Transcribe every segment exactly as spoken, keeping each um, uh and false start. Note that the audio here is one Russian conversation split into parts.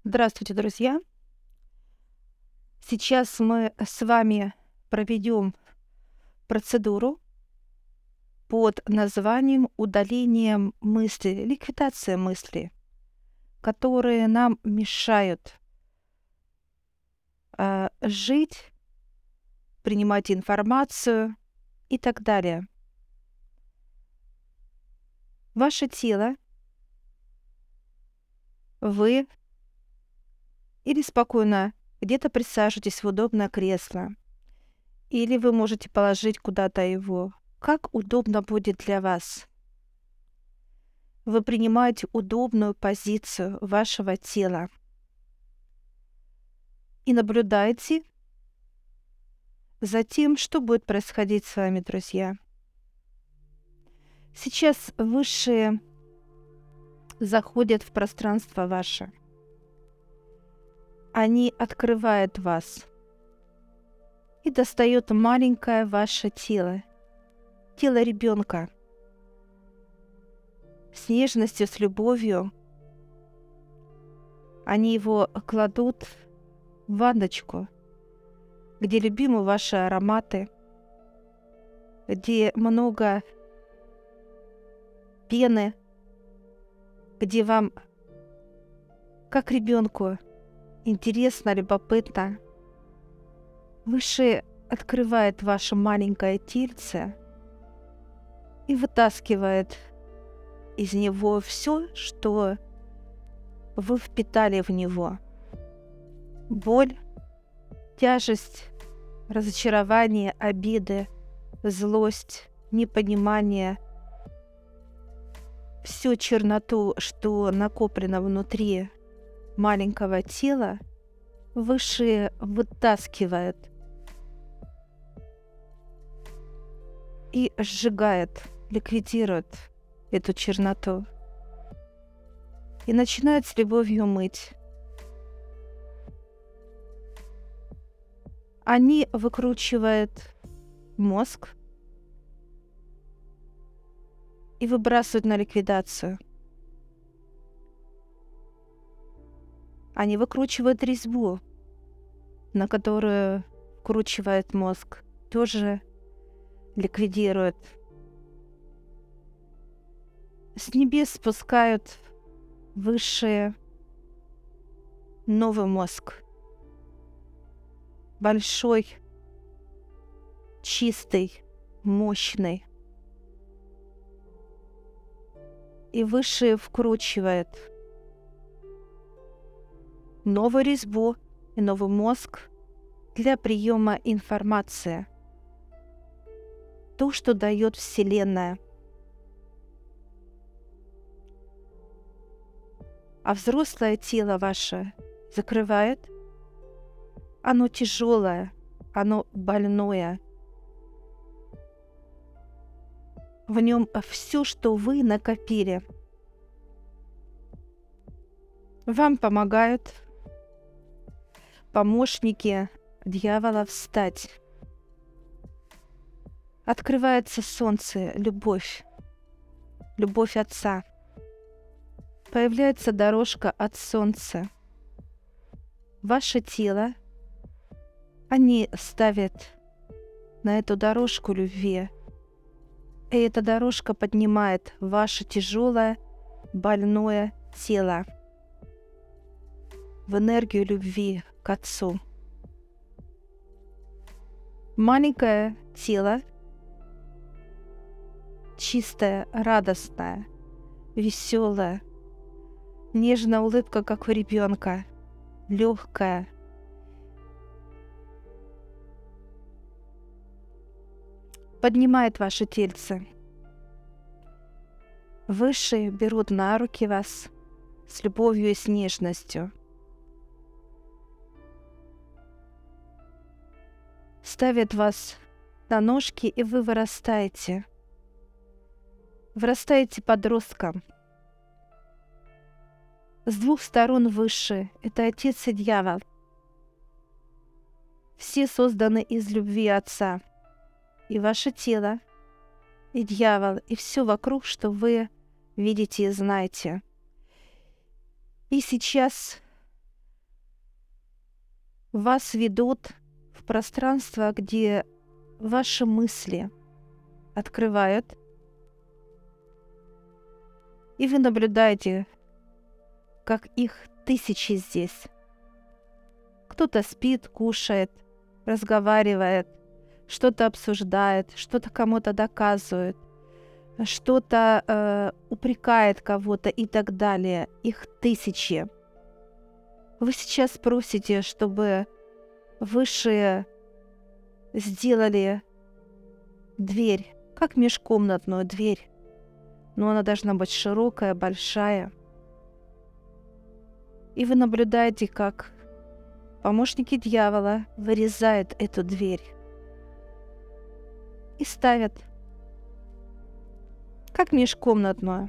Здравствуйте, друзья! Сейчас мы с вами проведем процедуру под названием удаление мыслей, ликвидация мыслей, которые нам мешают а, жить, принимать информацию и так далее. Ваше тело, вы или спокойно где-то присаживайтесь в удобное кресло, или вы можете положить куда-то его, как удобно будет для вас. Вы принимаете удобную позицию вашего тела и наблюдаете за тем, что будет происходить с вами, друзья. Сейчас высшие заходят в пространство ваше. Они открывают вас и достают маленькое ваше тело, тело ребенка. С нежностью, с любовью они его кладут в ванночку, где любимы ваши ароматы, где много пены, где вам, как ребенку, интересно, любопытно. Выше открывает ваше маленькое тельце и вытаскивает из него все, что вы впитали в него. Боль, тяжесть, разочарование, обиды, злость, непонимание, всю черноту, что накоплено внутри маленького тела, Высшие вытаскивает и сжигает, ликвидирует эту черноту и начинает с любовью мыть. Они выкручивают мозг и выбрасывают на ликвидацию. Они выкручивают резьбу, на которую вкручивает мозг, тоже ликвидируют. С небес спускают высшие новый мозг. Большой, чистый, мощный. И высшие вкручивают новую резьбу и новый мозг для приема информации. То, что дает Вселенная. А взрослое тело ваше закрывает. Оно тяжелое, оно больное. В нем все, что вы накопили. Вам помогают помощники дьявола встать. Открывается солнце, любовь, любовь Отца. Появляется дорожка от солнца. Ваше тело, они ставят на эту дорожку любви. И эта дорожка поднимает ваше тяжелое, больное тело в энергию любви к Отцу. Маленькое тело, чистое, радостное, веселое, нежная улыбка, как у ребенка, легкая. Поднимает ваше тельце. Высшие берут на руки вас с любовью и с нежностью. Ставят вас на ножки, и вы вырастаете. Вырастаете подростком. С двух сторон выше — это Отец и дьявол. Все созданы из любви Отца. И ваше тело, и дьявол, и все вокруг, что вы видите и знаете. И сейчас вас ведут в пространство, где ваши мысли открывают, и вы наблюдаете, как их тысячи здесь. Кто-то спит, кушает, разговаривает, что-то обсуждает, что-то кому-то доказывает, что-то э, упрекает кого-то и так далее. Их тысячи. Вы сейчас просите, чтобы высшие сделали дверь, как межкомнатную дверь, но она должна быть широкая, большая. И вы наблюдаете, как помощники дьявола вырезают эту дверь и ставят как межкомнатную.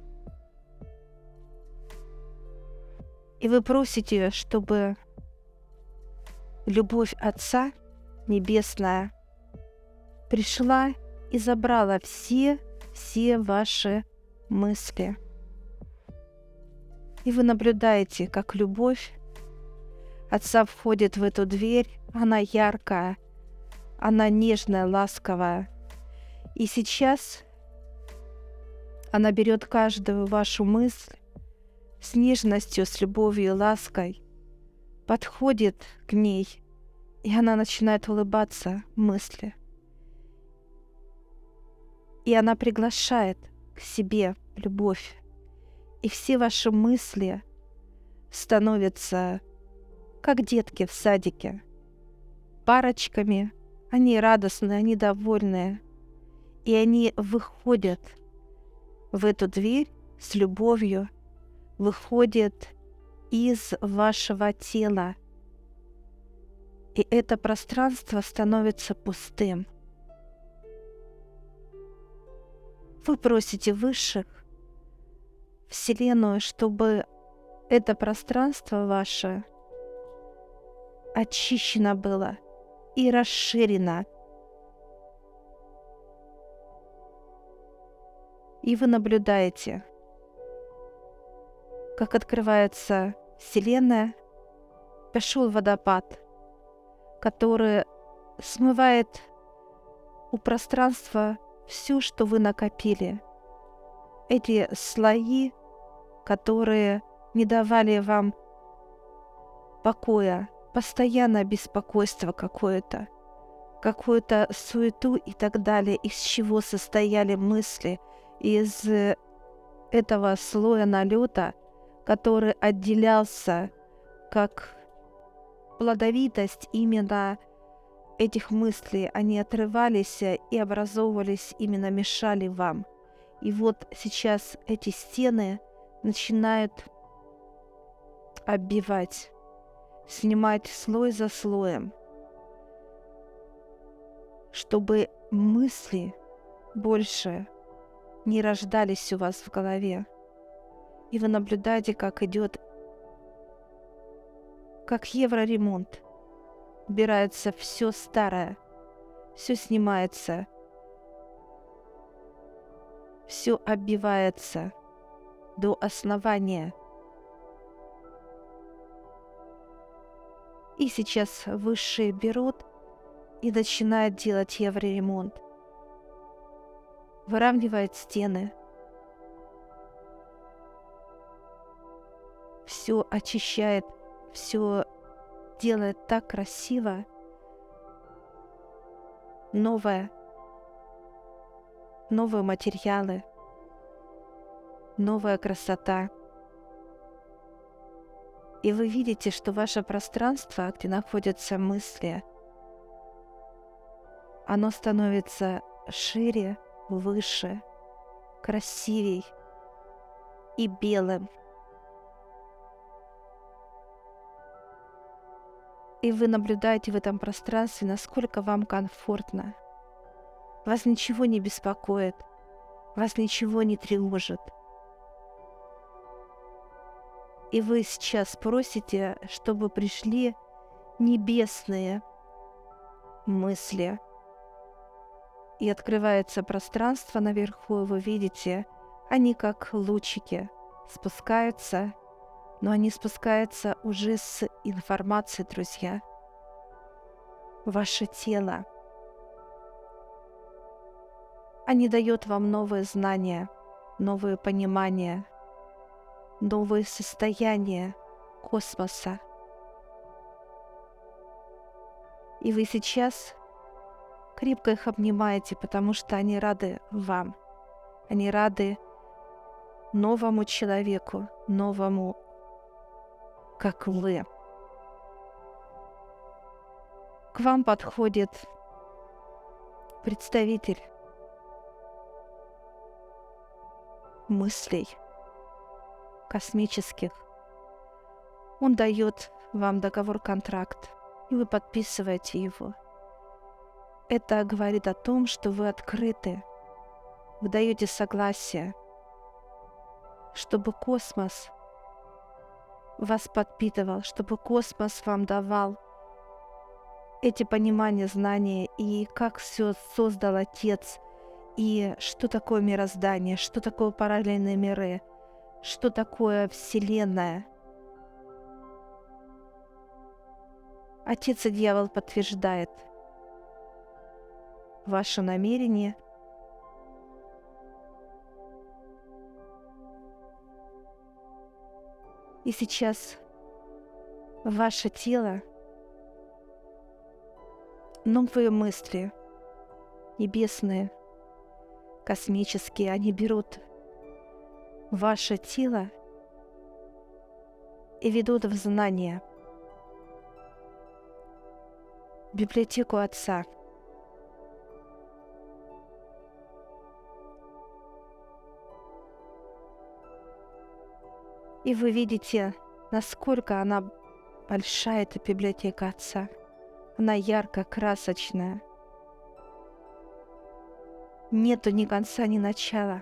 И вы просите, чтобы любовь Отца Небесная пришла и забрала все, все ваши мысли. И вы наблюдаете, как любовь Отца входит в эту дверь, она яркая, она нежная, ласковая. И сейчас она берет каждую вашу мысль с нежностью, с любовью и лаской, подходит к ней, и она начинает улыбаться мысли. И она приглашает к себе любовь. И все ваши мысли становятся как детки в садике, парочками. Они радостные, они довольные. И они выходят в эту дверь с любовью, выходят из вашего тела. И это пространство становится пустым. Вы просите высших, Вселенную, чтобы это пространство ваше очищено было и расширено. И вы наблюдаете, как открывается Вселенная, пошел водопад, который смывает у пространства все, что вы накопили. Эти слои, которые не давали вам покоя, постоянное беспокойство какое-то, какую-то суету и так далее, из чего состояли мысли, из этого слоя налета, который отделялся как плодовитость именно этих мыслей, они отрывались и образовывались, именно мешали вам. И вот сейчас эти стены начинают оббивать, снимать слой за слоем, чтобы мысли больше не рождались у вас в голове. И вы наблюдаете, как идет, как евроремонт. Убирается все старое, все снимается, все оббивается до основания. И сейчас высшие берут и начинают делать евроремонт. Выравнивают стены. Все очищает, все делает так красиво. Новое. Новые материалы. Новая красота. И вы видите, что ваше пространство, где находятся мысли, оно становится шире, выше, красивей и белым. И вы наблюдаете в этом пространстве, насколько вам комфортно. Вас ничего не беспокоит, вас ничего не тревожит. И вы сейчас просите, чтобы пришли небесные мысли. И открывается пространство наверху, и вы видите, они как лучики спускаются, но они спускаются уже с информацией, друзья. ваше тело. Они дают вам новые знания, новые понимания, новые состояния космоса. И вы сейчас крепко их обнимаете, потому что они рады вам. Они рады новому человеку, новому, как вы. К вам подходит представитель мыслей космических. Он дает вам договор-контракт, и вы подписываете его. Это говорит о том, что вы открыты, вы даете согласие, чтобы космос вас подпитывал, чтобы космос вам давал эти понимания, знания, и как все создал Отец, и что такое мироздание, что такое параллельные миры, что такое Вселенная. Отец и дьявол подтверждает ваше намерение. И сейчас ваше тело, новые мысли, небесные, космические, они берут ваше тело и ведут в знание, в библиотеку Отца. И вы видите, насколько она большая, эта библиотека Отца. Она ярко красочная. Нету ни конца, ни начала.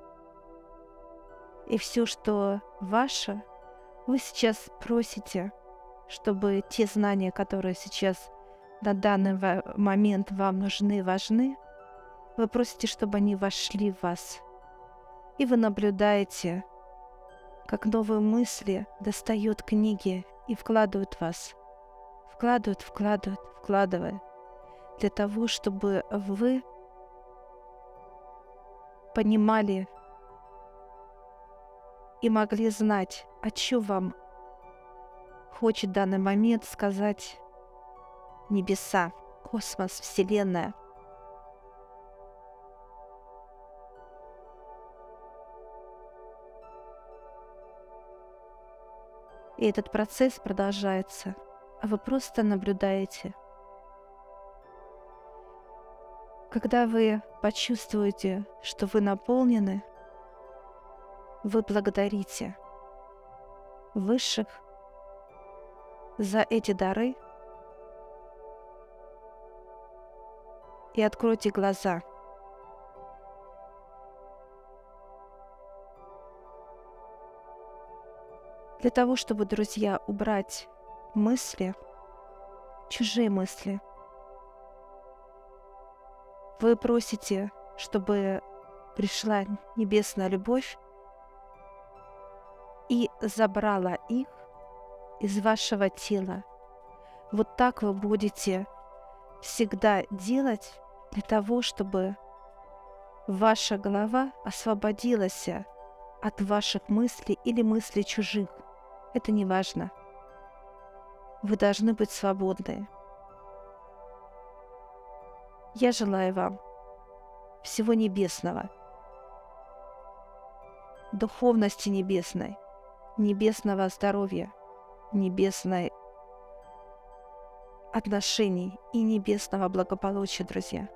И все, что ваше, вы сейчас просите, чтобы те знания, которые сейчас на данный момент вам нужны, важны, вы просите, чтобы они вошли в вас. И вы наблюдаете, как новые мысли достают книги и вкладывают в вас. Вкладывают, вкладывают, вкладывают. Для того, чтобы вы понимали и могли знать, о чем вам хочет в данный момент сказать небеса, космос, Вселенная. И этот процесс продолжается, а вы просто наблюдаете. Когда вы почувствуете, что вы наполнены, вы благодарите Высших за эти дары и откройте глаза. Для того, чтобы, друзья, убрать мысли, чужие мысли, вы просите, чтобы пришла небесная любовь и забрала их из вашего тела. Вот так вы будете всегда делать для того, чтобы ваша голова освободилась от ваших мыслей или мыслей чужих. Это не важно. Вы должны быть свободны. Я желаю вам всего небесного, духовности небесной, небесного здоровья, небесной отношений и небесного благополучия, друзья.